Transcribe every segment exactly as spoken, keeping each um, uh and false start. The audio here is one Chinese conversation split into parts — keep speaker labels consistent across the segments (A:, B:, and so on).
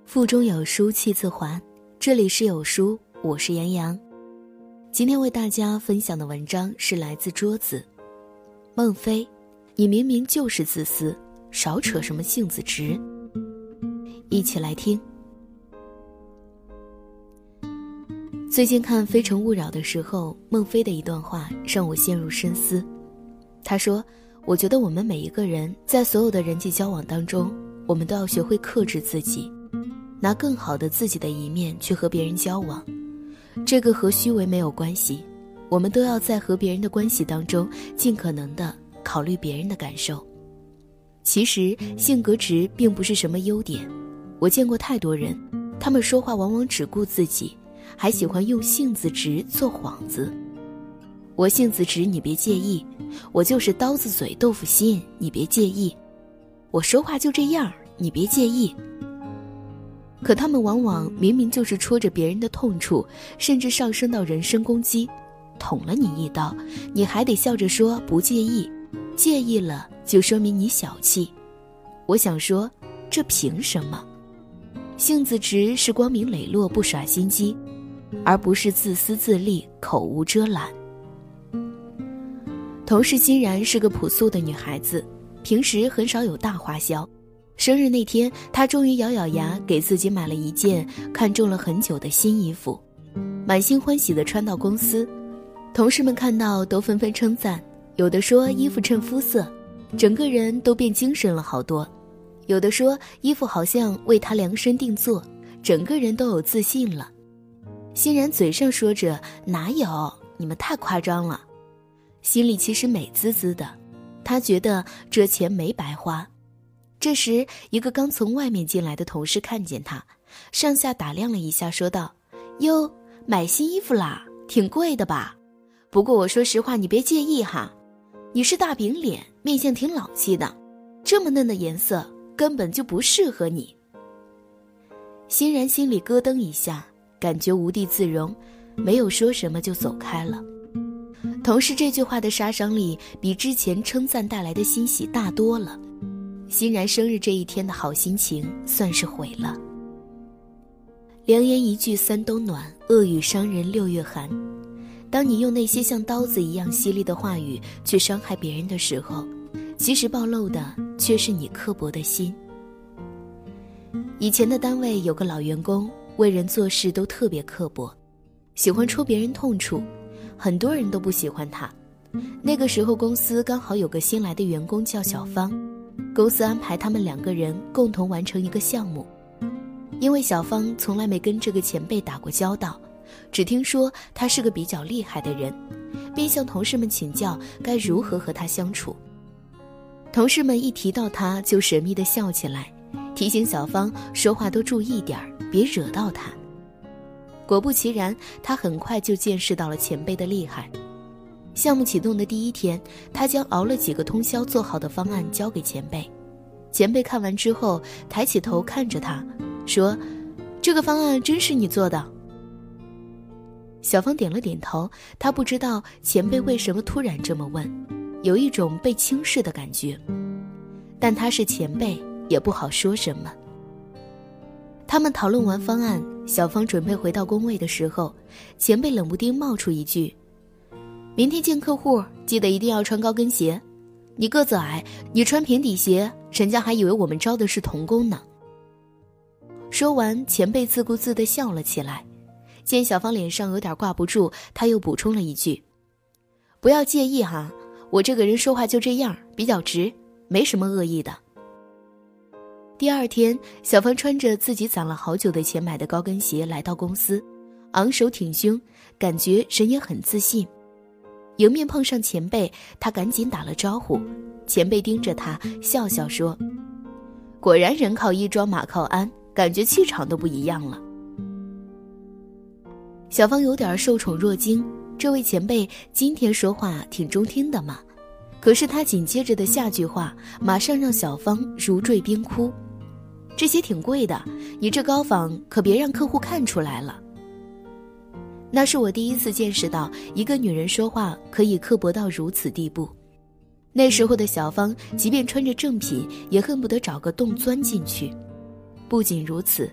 A: 腹中有书气自华，这里是有书，我是杨洋。今天为大家分享的文章是来自桌子。孟非，你明明就是自私，少扯什么性子直。一起来听。最近看《非诚勿扰》的时候，孟非的一段话让我陷入深思。他说，我觉得我们每一个人在所有的人际交往当中，我们都要学会克制自己，拿更好的自己的一面去和别人交往。这个和虚伪没有关系，我们都要在和别人的关系当中尽可能的考虑别人的感受。其实性格直并不是什么优点，我见过太多人，他们说话往往只顾自己，还喜欢用性子直做幌子。我性子直你别介意，我就是刀子嘴豆腐心你别介意，我说话就这样你别介意。可他们往往明明就是戳着别人的痛处，甚至上升到人身攻击，捅了你一刀，你还得笑着说不介意，介意了就说明你小气。我想说，这凭什么？性子直是光明磊落不耍心机，而不是自私自利口无遮拦。同事欣然是个朴素的女孩子，平时很少有大花销。生日那天，她终于咬咬牙给自己买了一件看中了很久的新衣服，满心欢喜地穿到公司。同事们看到都纷纷称赞，有的说衣服衬肤色，整个人都变精神了好多；有的说衣服好像为她量身定做，整个人都有自信了。欣然嘴上说着哪有，你们太夸张了，心里其实美滋滋的，她觉得这钱没白花。这时一个刚从外面进来的同事看见她，上下打量了一下，说道，哟，买新衣服啦，挺贵的吧？不过我说实话你别介意哈，你是大饼脸，面相挺老气的，这么嫩的颜色根本就不适合你。欣然心里咯噔一下，感觉无地自容，没有说什么就走开了。同事这句话的杀伤力比之前称赞带来的欣喜大多了，欣然生日这一天的好心情算是毁了。良言一句三冬暖，恶语伤人六月寒。当你用那些像刀子一样犀利的话语去伤害别人的时候，其实暴露的却是你刻薄的心。以前的单位有个老员工，为人做事都特别刻薄，喜欢戳别人痛处，很多人都不喜欢他。那个时候公司刚好有个新来的员工叫小芳，公司安排他们两个人共同完成一个项目。因为小芳从来没跟这个前辈打过交道，只听说他是个比较厉害的人，便向同事们请教该如何和他相处。同事们一提到他就神秘地笑起来，提醒小芳说话都注意点儿，别惹到他。果不其然，他很快就见识到了前辈的厉害。项目启动的第一天，他将熬了几个通宵做好的方案交给前辈。前辈看完之后，抬起头看着他，说，这个方案真是你做的？小芳点了点头，她不知道前辈为什么突然这么问，有一种被轻视的感觉。但他是前辈，也不好说什么。他们讨论完方案，小芳准备回到工位的时候，前辈冷不丁冒出一句，明天见客户记得一定要穿高跟鞋，你个子矮，你穿平底鞋，人家还以为我们招的是童工呢。说完，前辈自顾自地笑了起来。见小芳脸上有点挂不住，他又补充了一句，不要介意哈，我这个人说话就这样，比较直，没什么恶意的。第二天，小芳穿着自己攒了好久的钱买的高跟鞋来到公司，昂首挺胸，感觉人也很自信。迎面碰上前辈，他赶紧打了招呼，前辈盯着他笑笑说，果然人靠衣装马靠鞍，感觉气场都不一样了。小芳有点受宠若惊，这位前辈今天说话挺中听的嘛。可是他紧接着的下句话马上让小芳如坠冰窟，这些挺贵的，你这高仿可别让客户看出来了。那是我第一次见识到一个女人说话可以刻薄到如此地步。那时候的小芳即便穿着正品，也恨不得找个洞钻进去。不仅如此，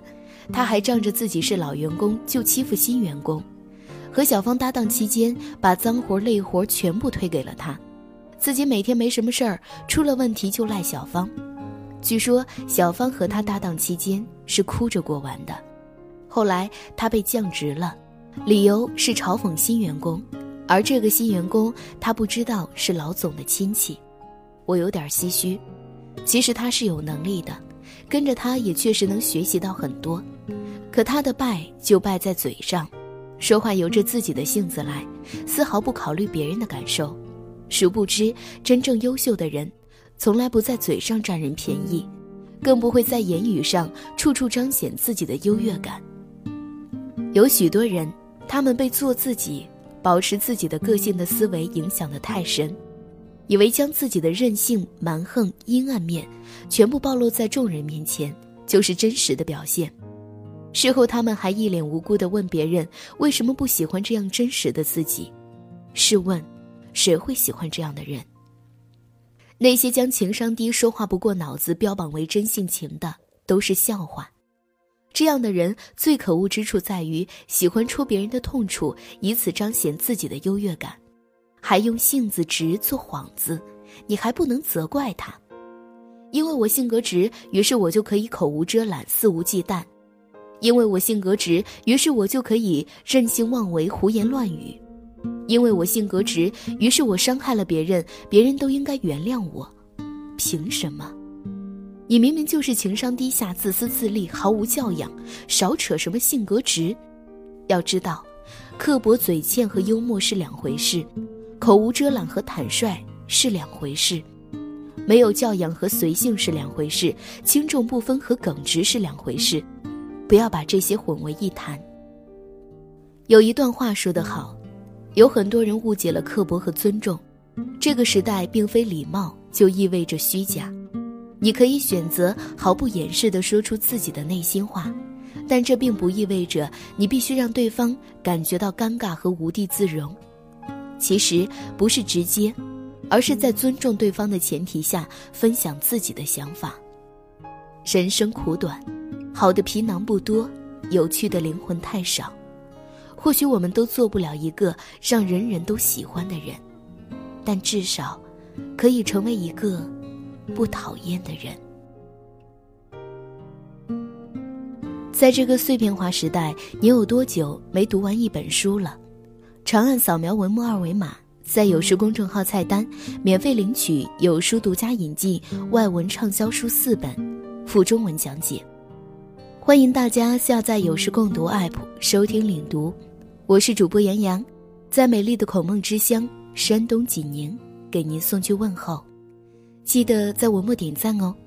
A: 他还仗着自己是老员工就欺负新员工，和小芳搭档期间把脏活累活全部推给了他，自己每天没什么事儿，出了问题就赖小芳。据说小芳和他搭档期间是哭着过完的。后来他被降职了，理由是嘲讽新员工，而这个新员工他不知道是老总的亲戚。我有点唏嘘，其实他是有能力的，跟着他也确实能学习到很多，可他的败就败在嘴上，说话由着自己的性子来，丝毫不考虑别人的感受。殊不知真正优秀的人从来不在嘴上占人便宜，更不会在言语上处处彰显自己的优越感。有许多人，他们被做自己保持自己的个性的思维影响得太深，以为将自己的任性、蛮横、阴暗面全部暴露在众人面前就是真实的表现。事后他们还一脸无辜地问别人为什么不喜欢这样真实的自己。试问谁会喜欢这样的人？那些将情商低、说话不过脑子标榜为真性情的都是笑话。这样的人最可恶之处在于喜欢戳别人的痛处，以此彰显自己的优越感，还用性子直做幌子，你还不能责怪他。因为我性格直，于是我就可以口无遮拦、肆无忌惮；因为我性格直，于是我就可以任性妄为、胡言乱语；因为我性格直，于是我伤害了别人，别人都应该原谅我。凭什么？你明明就是情商低下、自私自利、毫无教养，少扯什么性格直。要知道，刻薄嘴欠和幽默是两回事，口无遮拦和坦率是两回事，没有教养和随性是两回事，轻重不分和耿直是两回事，不要把这些混为一谈。有一段话说得好，有很多人误解了刻薄和尊重，这个时代并非礼貌就意味着虚假。你可以选择毫不掩饰地说出自己的内心话，但这并不意味着你必须让对方感觉到尴尬和无地自容。其实不是直接，而是在尊重对方的前提下分享自己的想法。人生苦短，好的皮囊不多，有趣的灵魂太少。或许我们都做不了一个让人人都喜欢的人，但至少可以成为一个不讨厌的人。在这个碎片化时代，你有多久没读完一本书了？长按扫描文末二维码，在有书公众号菜单免费领取有书独家引进外文畅销书四本，附中文讲解。欢迎大家下载有书共读 A P P 收听领读。我是主播杨洋，在美丽的孔孟之乡山东济宁给您送去问候。记得在文末点赞哦。